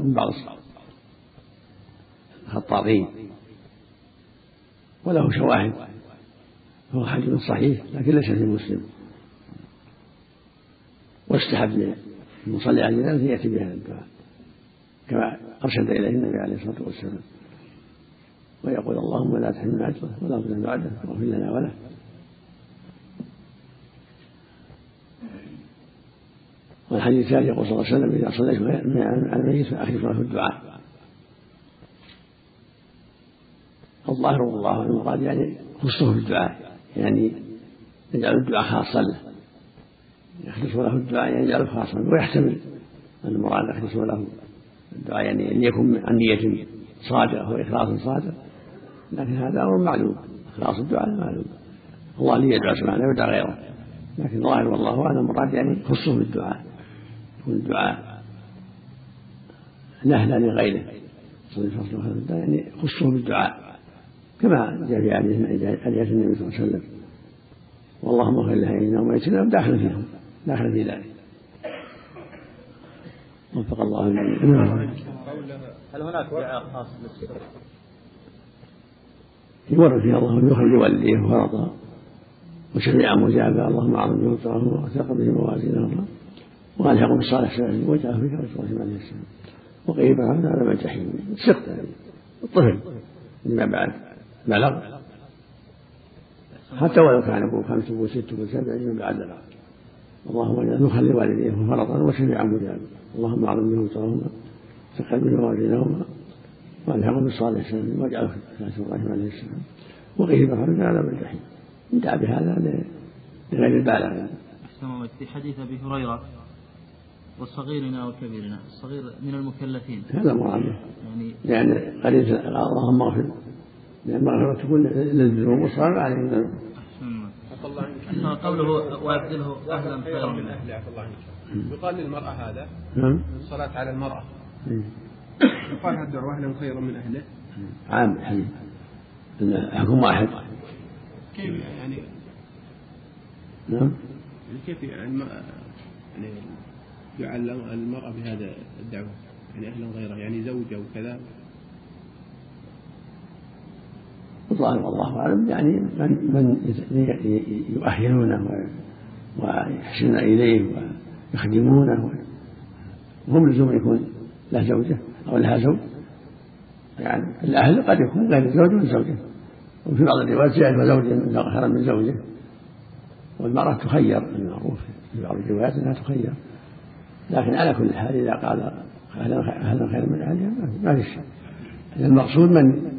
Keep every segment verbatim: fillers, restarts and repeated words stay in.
من بعض الخطاطين وله شواهد، هو حديث صحيح لكن ليس في مسلم. واستحب المصلي على الجنازة يأتي بهذا الدعاء كما أرشد إليه النبي عليه الصلاة والسلام، ويقول اللهم لا تحرمنا أجره ولا تضلنا بعده واغفر لنا وله. والحديث الثاني يقول صلى الله عليه وسلم إذا صليت على الميت فأخلفوا له الدعاء. الظاهر والله المراد يعني خصه بالدعاء، يعني يجعل الدعاء خاصا له، يخلص له الدعاء يعني يجعله خاصا، ويحتمل أن المراد يخلص له الدعاء يعني أن يكون عن نية صادقة وإخلاص صادق، لكن هذا أمر معلوم، إخلاص الدعاء معلوم، الله لي يدعو سبحانه ويدعى غيره، لكن الظاهر والله أعلم المراد يعني خصه بالدعاء، يكون الدعاء له لا لغيره يعني خصه بالدعاء كما جاء في حديث النبي صلى الله عليه وسلم واللهم اغفر لأحيائنا وميتنا داخل فيهم داخل في ذلك. وفق الله الجميع. هل هناك دعاء خاص للسر؟ يورد فيها الله يخرج والديه وفرطا وشفيعا مجابا اللهم اعظم به وتراه وثق به موازينهما والحقهم بالصالح سبيل وجعه فيك رسول عليه السلام وقيل هذا على الجحيم سقط يعني الطفل مما بعد بلغ حتى ولو كان ابوه خمس وست وسبع من بعد بلغ اللهم نخلي والديه وفرطا وشفيعا مجابا اللهم اعظم به وتراه وثق به موازينهما والحقهم بالصالح سبيل وجعه فيك رسول الله عليه السلام وقيل هذا على الجحيم يدعى بهذا لغير البالغ. في حديث أبي هريرة والصغيرنا وكبيرنا، الصغير من المكلفين هذا مراد يعني لأن قريب اللهم اغفر لأن المغفرة تكون للذنوب والصغار عليهم. قوله ويبذله أهلا خيرا من أهله عفى الله عنك يقال للمرأة هذا الصلاة على المرأة يقال هذا الدعوة أهلا خيرا من أهله عام حديث حكم واحد كيف يعني نعم كيف يعني يعني يعلم المرأة بهذا الدعوة يعني أهلا غيره يعني زوجة وكذا. والله والله أعلم يعني من من يؤهلونه ويحسنون إليه ويخدمونه وهم لزوم يكون له زوجة أو لها زوج يعني الأهل قد يكون غير الزوج من زوجه وفي بعض الروايات جاء زوج خيرا من زوجه والمرأة تخير المعروف في بعض الروايات أنها تخير لكن على كل حال إذا قال أهلا خيرا من أهلها ما في شيء. المقصود من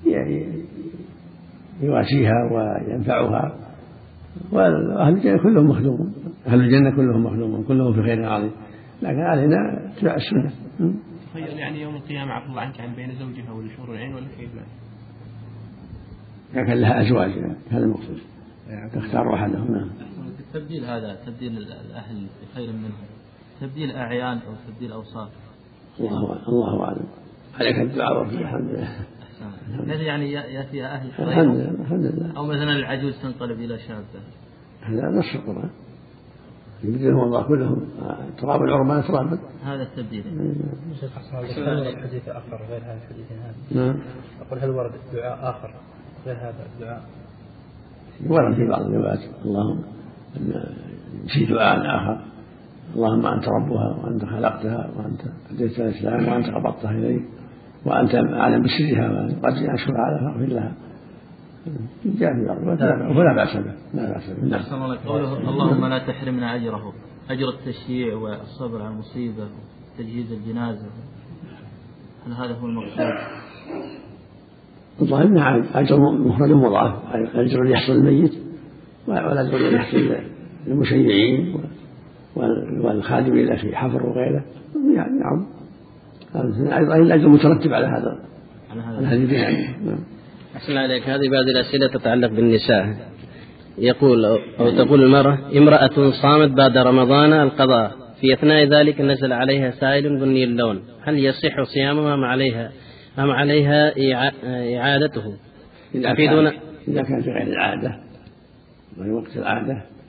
يواسيها وينفعها وأهل الجنة كلهم مخدومون أهل الجنة كلهم مخدومون كلهم في خير عظيم لكن علينا اتباع السنة. تخيل يعني يوم القيامة عفى الله عنك عن بين زوجها والحور العين ولا كيف لا؟ لكن لها أزواج هذا المقصود تختار أحدهم. التبديل هذا تبديل الأهل بخير منهم تبديل أعيان أو تبديل أوصاف. الله الله أعلم عليك الدعاء الحمد لله. هذا يعني يأتي أهل الحمد لله الحمد لله. أو مثلا العجوز تنقلب إلى شابة هذا نص القرآن يبدلهم الله كلهم تراب العربان ترابا هذا التبديل. شيخ حسن هل ورد حديث آخر غير هذا الحديث هذا؟ نعم. أقول هل ورد دعاء آخر غير هذا الدعاء؟ ورد في بعض الروايات اللهم في دعاء آخر اللهم أنت ربها وأنت خلقتها وأنت هديت الإسلام وأنت قبضتها إليك وأنت أعلم بسرها وقد أشكر على فاغفر لها جاء في بعض الروايات ولا بأس به لا بأس به. نعم. قوله اللهم لا تحرمنا أجره أجر التشييع والصبر على المصيبة وتجهيز الجنازة هل هذا هو المقصود؟ الظاهر نعم أجر مفرد مضاعف الأجر اللي يحصل الميت والأجر اللي يحصل للمشيعين والخادمين له في حفر وغيره يعني نعم أيضا الأجر مترتب على هذا على هذه الدين. أحسن عليك. هذه بعض الأسئلة تتعلق بالنساء يقول أو تقول المرأة امرأة صامت بعد رمضان القضاء في أثناء ذلك نزل عليها سائل بني اللون هل يصح صيامها أم عليها أم عليها إعادته؟ إذا كان إذا كان في غير العادة وفي وقت العادة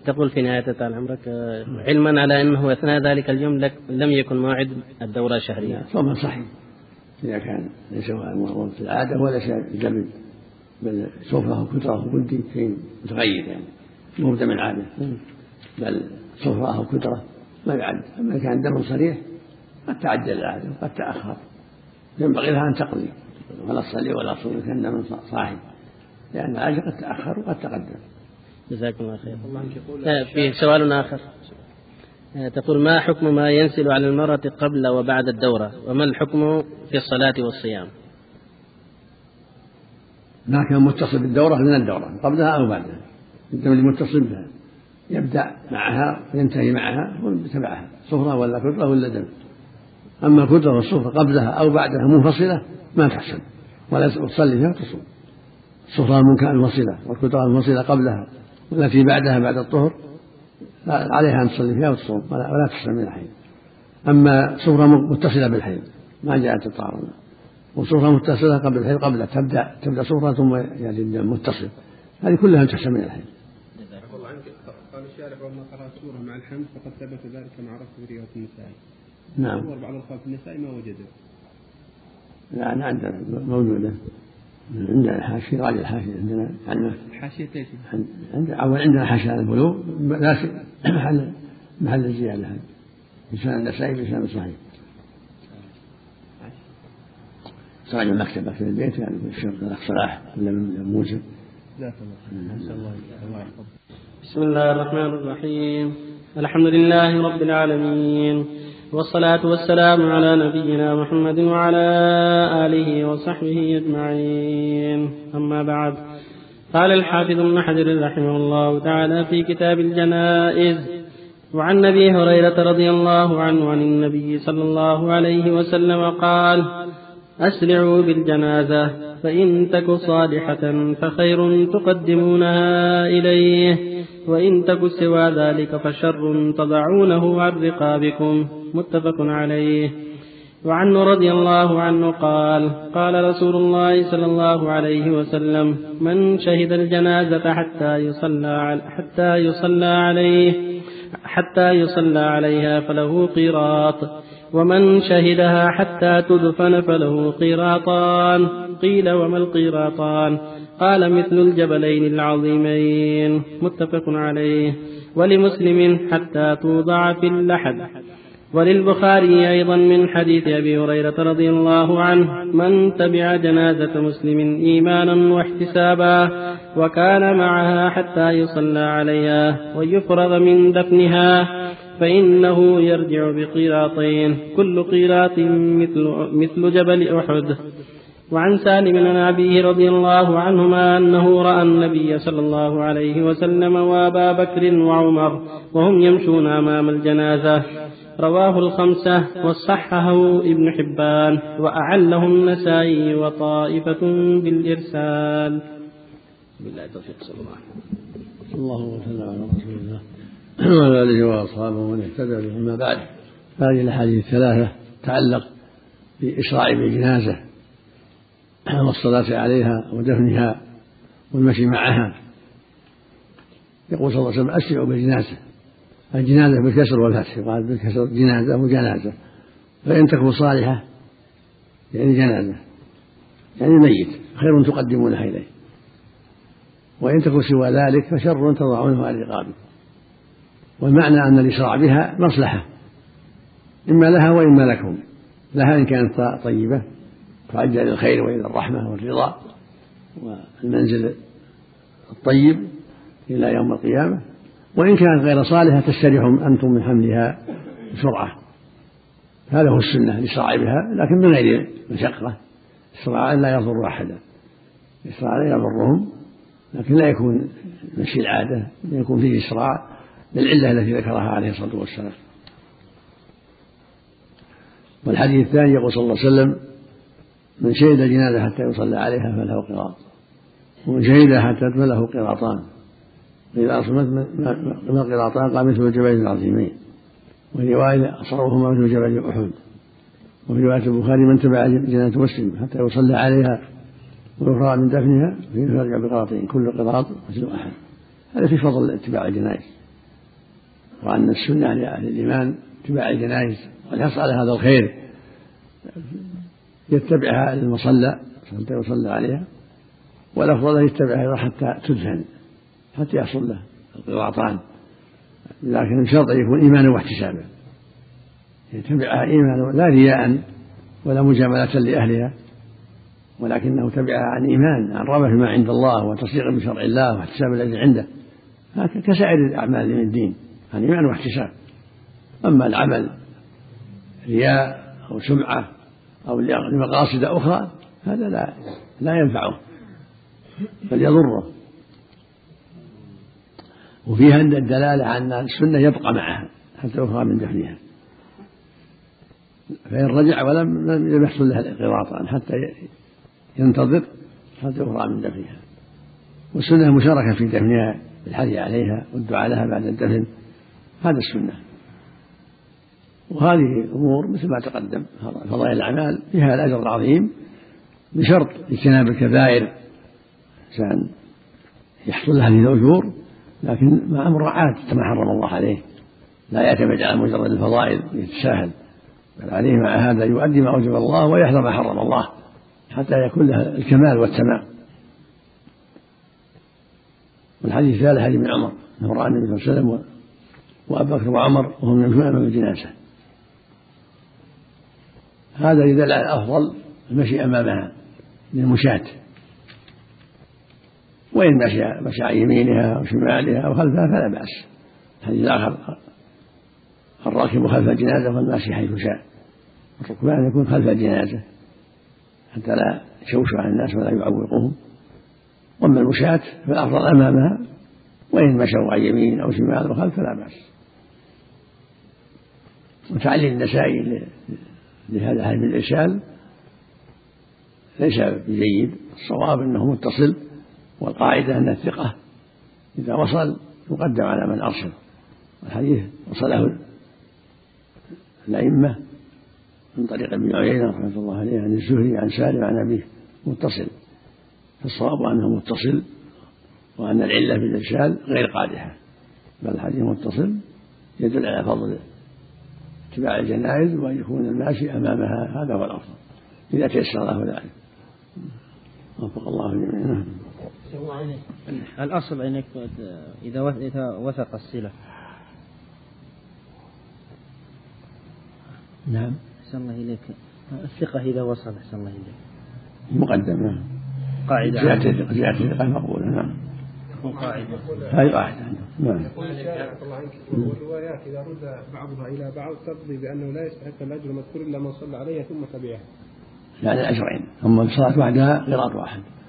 تقول في نهاية طال عمرك علما على أنه أثناء ذلك اليوم لك لم يكن موعد الدورة الشهرية. صوم صحيح إذا كان ليس في العادة ولا شيء جميل، بل صفرة وكترة وكلتي شيء متغير يعني مو دم العادة، بل صفرة أو كترة ما يعد. أما كان دم صريح قد تعجل العادة وقد تأخر، ينبغي لها أن تقضي ولا تصلي ولا تصوم كان دم صاحي، لأن العادة قد تأخر وقد تقدم. جزاكم الله خير. في سؤال آخر تقول ما حكم ما ينزل على المرأة قبل وبعد الدورة، وما الحكم في الصلاة والصيام؟ ما كان متصل بالدورة من الدورة قبلها أو بعدها، الدم اللي متصل بها يبدأ معها وينتهي معها ويتبعها، صفرة ولا كترة ولا دم. أما الكترة والصفرة قبلها أو بعدها منفصلة ما تحسن ولا تصلي فيها تصوم. الصفرة المنفصلة والكترة المنفصلة قبلها والتي بعدها بعد الطهر عليها أن تصلي فيها وتصوم ولا تحسن من الحيض. أما صفرة متصلة بالحيض ما جاءت الطهارة، وصفرة متصلة قبل الحيض قبلها تبدأ تبدأ صفرة ثم يعني الدم متصل، هذه كلها تحسن من الحيض. قال الشارح وما قرأ سورة مع الحمد فقد ثبت ذلك مع رفع رواية النساء. نعم. صور بعض الأخوات النساء ما وجده. لا عندنا موجودة، عندنا حاشية راجع الحاشية عندنا عندنا حاشية ليش؟ عندنا أول عندنا حاشية البلوغ لكن محل محل الزيادة هذا لسان النسائي لسان صحيح. راجع المكتبة في البيت يعني الشيخ صلاح ولا من موسى. بسم الله الرحمن الرحيم. الحمد لله رب العالمين، والصلاة والسلام على نبينا محمد وعلى آله وصحبه أجمعين. أما بعد، قال الحافظ ابن حجر رحمه الله تعالى في كتاب الجنائز: وعن أبي هريرة رضي الله عنه عن النبي صلى الله عليه وسلم قال: أسرعوا بالجنازة، فإن تك صالحة فخير تقدمونها إليه، وإن تك سوى ذلك فشر تضعونه عن رقابكم. متفق عليه. وعنه رضي الله عنه قال: قال رسول الله صلى الله عليه وسلم: من شهد الجنازة حتى يصلى حتى يصلى عليه حتى يصلى عليها فله قيراط، ومن شهدها حتى تدفن فله قيراطان. قيل: وما القيراطان؟ قال: مثل الجبلين العظيمين. متفق عليه. ولمسلم: حتى توضع في اللحد. وللبخاري أيضا من حديث أبي هريرة رضي الله عنه: من تبع جنازة مسلم إيمانا واحتسابا وكان معها حتى يصلى عليها ويفرغ من دفنها فإنه يرجع بقيراطين، كل قيراط مثل, مثل جبل أحد. وعن سالم بن أبيه رضي الله عنهما أنه رأى النبي صلى الله عليه وسلم وأبا بكر وعمر وهم يمشون أمام الجنازة. رواه الخمسة وصححه ابن حبان وأعله النسائي وطائفة بالإرسال. بالله التوفيق. صلى الله عليه وسلم. اللهم صل على رسول الله وعلى آله وأصحابه ومن اهتدى به. أما بعد، هذه الأحاديث الثلاثة تتعلق بإسراع بالجنازة والصلاة عليها ودفنها والمشي معها. يقول صلى الله عليه وسلم: أسرعوا بالجنازة. الجنازة بالكسر والفتح، قال بالكسر جنازة وجنازة. فإن تكون صالحة يعني جنازة يعني ميت خير تقدمونها إليه، وإن تكون سوى ذلك فشر تضعونه عن رقابه. والمعنى أن الإسراع بها مصلحة إما لها وإما لكم. لها إن كانت طيبة تعجل إلى الخير وإلى الرحمة والرضا والمنزل الطيب إلى يوم القيامة، وإن كانت غير صالحة تستريحون أنتم من حملها بسرعة. هذا هو السنة، الإسراع بها لكن من غير مشقة. إسراع لا يضر أحدا، إسراع لا يضرهم، لكن لا يكون مشي العادة، يكون فيه إسراع للعلة التي ذكرها عليه الصلاة والسلام. والحديث الثاني يقول صلى الله عليه وسلم: من شهد الجنازة حتى يصلى عليها فله قيراط، ومن شهدها حتى تدفن له قيراطان. إذا أصمت من القيراطان قال: مثل الجبل العظيمين. ورواية: أصغرهما مثل جبل أحد. وفي رواية البخاري: من تبع جنازة مسلم حتى يصلى عليها ويفرغ من دفنها فإنه يرجع بقراطين، كل قراط مثل أحد. هذا في فضل اتباع الجنائز، وأن السنة لأهل الإيمان اتباع الجنائز والحرص على هذا الخير، يتبعها المصلى حتى يصلى عليها، والأفضل يتبعها حتى تدفن حتى يحصل له القراطان، لكن بشرط أن يكون إيمانا واحتسابا، يتبعها إيمانا لا رياء ولا مجاملة لأهلها، ولكنه تبعها عن إيمان، عن رغبة فيما عند الله وتصديق بشرع الله واحتساب الذي عنده، كسائر الأعمال من الدين عن إيمان واحتساب. أما العمل رياء أو سمعة أو لمقاصد أخرى هذا لا لا ينفعه بل يضره. وفيها الدلالة على أن السنة يبقى معها حتى يخرج من دفنها، فإن رجع ولم يحصل له القراط حتى ينتظر حتى يخرج من دفنها. والسنة المشاركة في دفنها بالحث عليها والدعاء لها بعد الدفن، هذا السنة. وهذه أمور مثل ما تقدم فضائل الأعمال فيها الأجر العظيم بشرط اجتناب الكبائر عشان يحصل هذه الأجور، لكن مع مراعاة ما حرم الله عليه، لا يعتمد على مجرد الفضائل يتساهل، بل عليه مع هذا يؤدي ما أوجب الله ويحذر ما حرم الله حتى يكون له الكمال والتمام. والحديث الثالث حديث ابن عمر أنه رأى النبي صلى الله عليه وسلم وأبو بكر وعمر وهم يمشون أمام الجنازة، هذا يدل على الأفضل المشي أمامها للمشاة، وإن مشى مشى عن يمينها وشمالها أو خلفها فلا بأس. الحديث الآخر الراكب خلف الجنازة والماشي حيث شاء، الركبان يكون خلف الجنازة حتى لا يشوشوا على الناس ولا يعوقهم، وأما المشاة فالأفضل أمامها، وإن مشوا عن يمين أو شمال أو خلف فلا بأس. وتعليل النسائي لهذا الحديث بالإرسال ليس بجيد، الصواب أنه متصل، والقاعدة أن الثقة إذا وصل يقدم على من أرسل، والحديث وصله الأئمة من طريق ابن عيينة رحمه الله عليه عن الزهري عن سالم عن أبيه متصل، فالصواب أنه متصل، وأن العلة بالإرسال غير قادحة، بل الحديث متصل يدل على فضل اتباع الجنائز وأن يكون الماشي أمامها، هذا هو الأفضل إذا تيسر له ذلك. وفق الله جميعا. الأصل أنك إذا وثق الصلة. نعم. أحسن الله إليك. الثقة إذا وصل أحسن الله إليك. مقدم. نعم. قاعدة. زيادة الثقة مقبولة. نعم. تكون قاعدة. هذه قاعدة. نعم. يقول الشارع الله عنك والروايات إذا رد بعضها إلى بعض تقضي بأنه لا يستحق الأجر المذكور إلا من صلى عليها ثم تبعها. يعني الأجرين، أما الصلاة وحدها قراءة واحد.